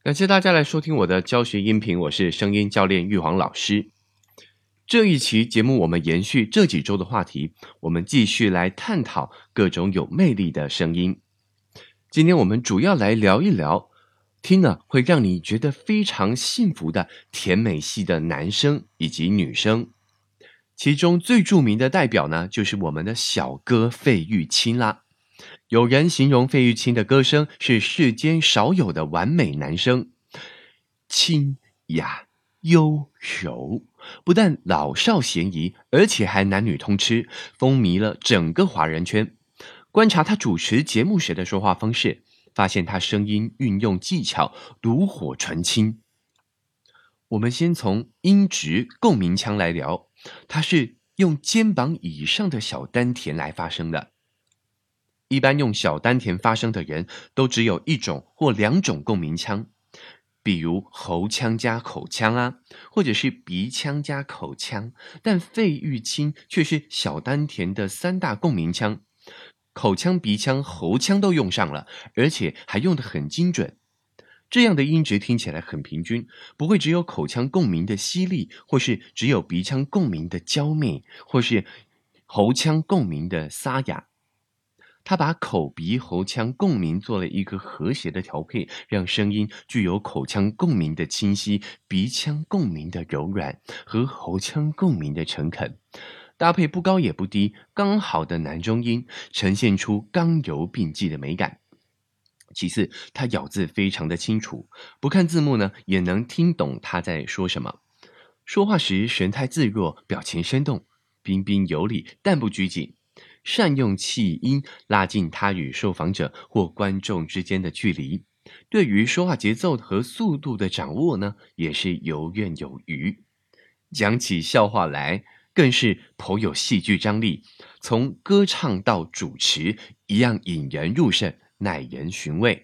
感谢大家来收听我的教学音频，我是声音教练玉皇老师。这一期节目我们延续这几周的话题，我们继续来探讨各种有魅力的声音。今天我们主要来聊一聊，听了会让你觉得非常幸福的甜美系的男生以及女生。其中最著名的代表呢，就是我们的小哥费玉清啦。有人形容费玉清的歌声是世间少有的完美男声，清雅优柔，不但老少咸宜，而且还男女通吃，风靡了整个华人圈。观察他主持节目时的说话方式，发现他声音运用技巧炉火纯青。我们先从音质共鸣腔来聊，它是用肩膀以上的小丹田来发声的。一般用小丹田发声的人都只有一种或两种共鸣腔，比如喉腔加口腔啊，或者是鼻腔加口腔，但费玉清却是小丹田的三大共鸣腔，口腔、鼻腔、喉腔都用上了，而且还用得很精准。这样的音质听起来很平均，不会只有口腔共鸣的犀利，或是只有鼻腔共鸣的娇媚，或是喉腔共鸣的沙哑。他把口鼻喉腔共鸣做了一个和谐的调配，让声音具有口腔共鸣的清晰，鼻腔共鸣的柔软和喉腔共鸣的诚恳，搭配不高也不低，刚好的男中音，呈现出刚柔并济的美感。其次，他咬字非常的清楚，不看字幕呢，也能听懂他在说什么。说话时神态自若，表情生动，彬彬有礼，但不拘谨。善用气音拉近他与受访者或观众之间的距离，对于说话节奏和速度的掌握呢，也是游刃有余。讲起笑话来，更是颇有戏剧张力，从歌唱到主持，一样引人入胜，耐人寻味。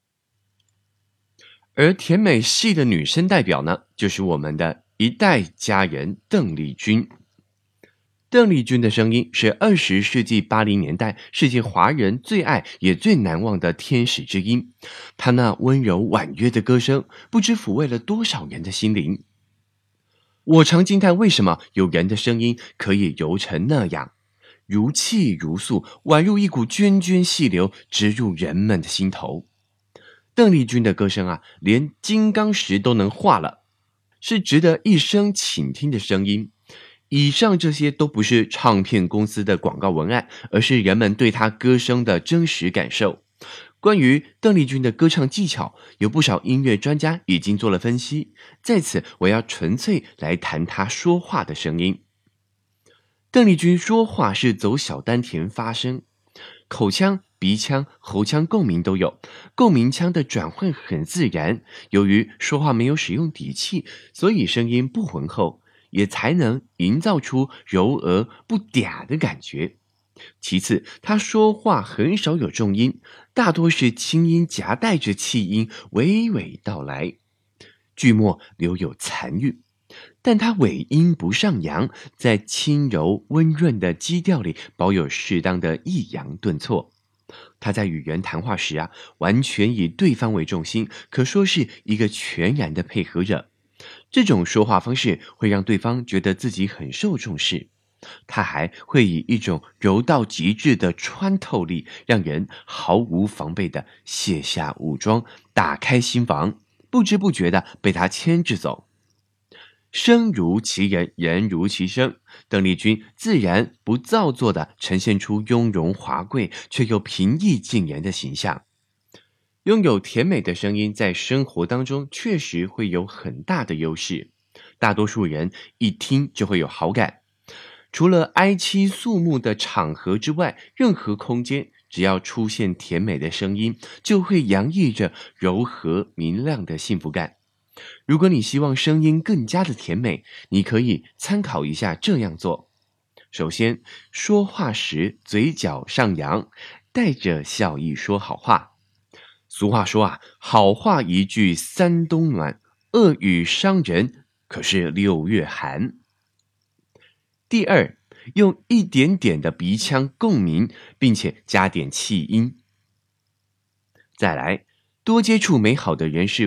而甜美系的女生代表呢，就是我们的一代佳人邓丽君。邓丽君的声音是20世纪80年代世界华人最爱也最难忘的天使之音。她那温柔婉约的歌声，不知抚慰了多少人的心灵。我常惊叹，为什么有人的声音可以柔成那样，如泣如诉，宛如一股涓涓细流，直入人们的心头。邓丽君的歌声啊，连金刚石都能化了，是值得一生倾听的声音。以上这些都不是唱片公司的广告文案，而是人们对她歌声的真实感受。关于邓丽君的歌唱技巧，有不少音乐专家已经做了分析，在此我要纯粹来谈她说话的声音。邓丽君说话是走小丹田发声，口腔、鼻腔、喉腔共鸣都有，共鸣腔的转换很自然。由于说话没有使用底气，所以声音不浑厚，也才能营造出柔而不嗲的感觉。其次，他说话很少有重音，大多是轻音夹带着气音娓娓道来，句末留有残韵，但他尾音不上扬，在轻柔温润的基调里保有适当的抑扬顿挫。他在与人谈话时啊，完全以对方为重心，可说是一个全然的配合者。这种说话方式会让对方觉得自己很受重视，他还会以一种柔到极致的穿透力，让人毫无防备地卸下武装，打开心房，不知不觉地被他牵制走。声如其人，人如其声，邓丽君自然不造作地呈现出雍容华贵却又平易近人的形象。拥有甜美的声音在生活当中确实会有很大的优势，大多数人一听就会有好感。除了哀戚肃穆的场合之外，任何空间只要出现甜美的声音，就会洋溢着柔和明亮的幸福感。如果你希望声音更加的甜美，你可以参考一下这样做。首先，说话时嘴角上扬，带着笑意说好话。俗话说啊，好话一句三冬暖，恶语伤人可是6月寒。第二，用一点点的鼻腔共鸣，并且加点气音。再来，多接触美好的人事物，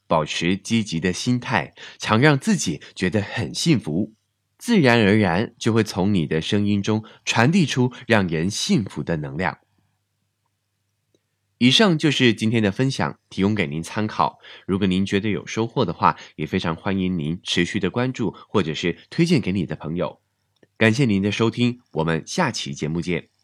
保持积极的心态，常让自己觉得很幸福，自然而然就会从你的声音中传递出让人幸福的能量。以上就是今天的分享，提供给您参考。如果您觉得有收获的话，也非常欢迎您持续的关注或者是推荐给你的朋友。感谢您的收听，我们下期节目见。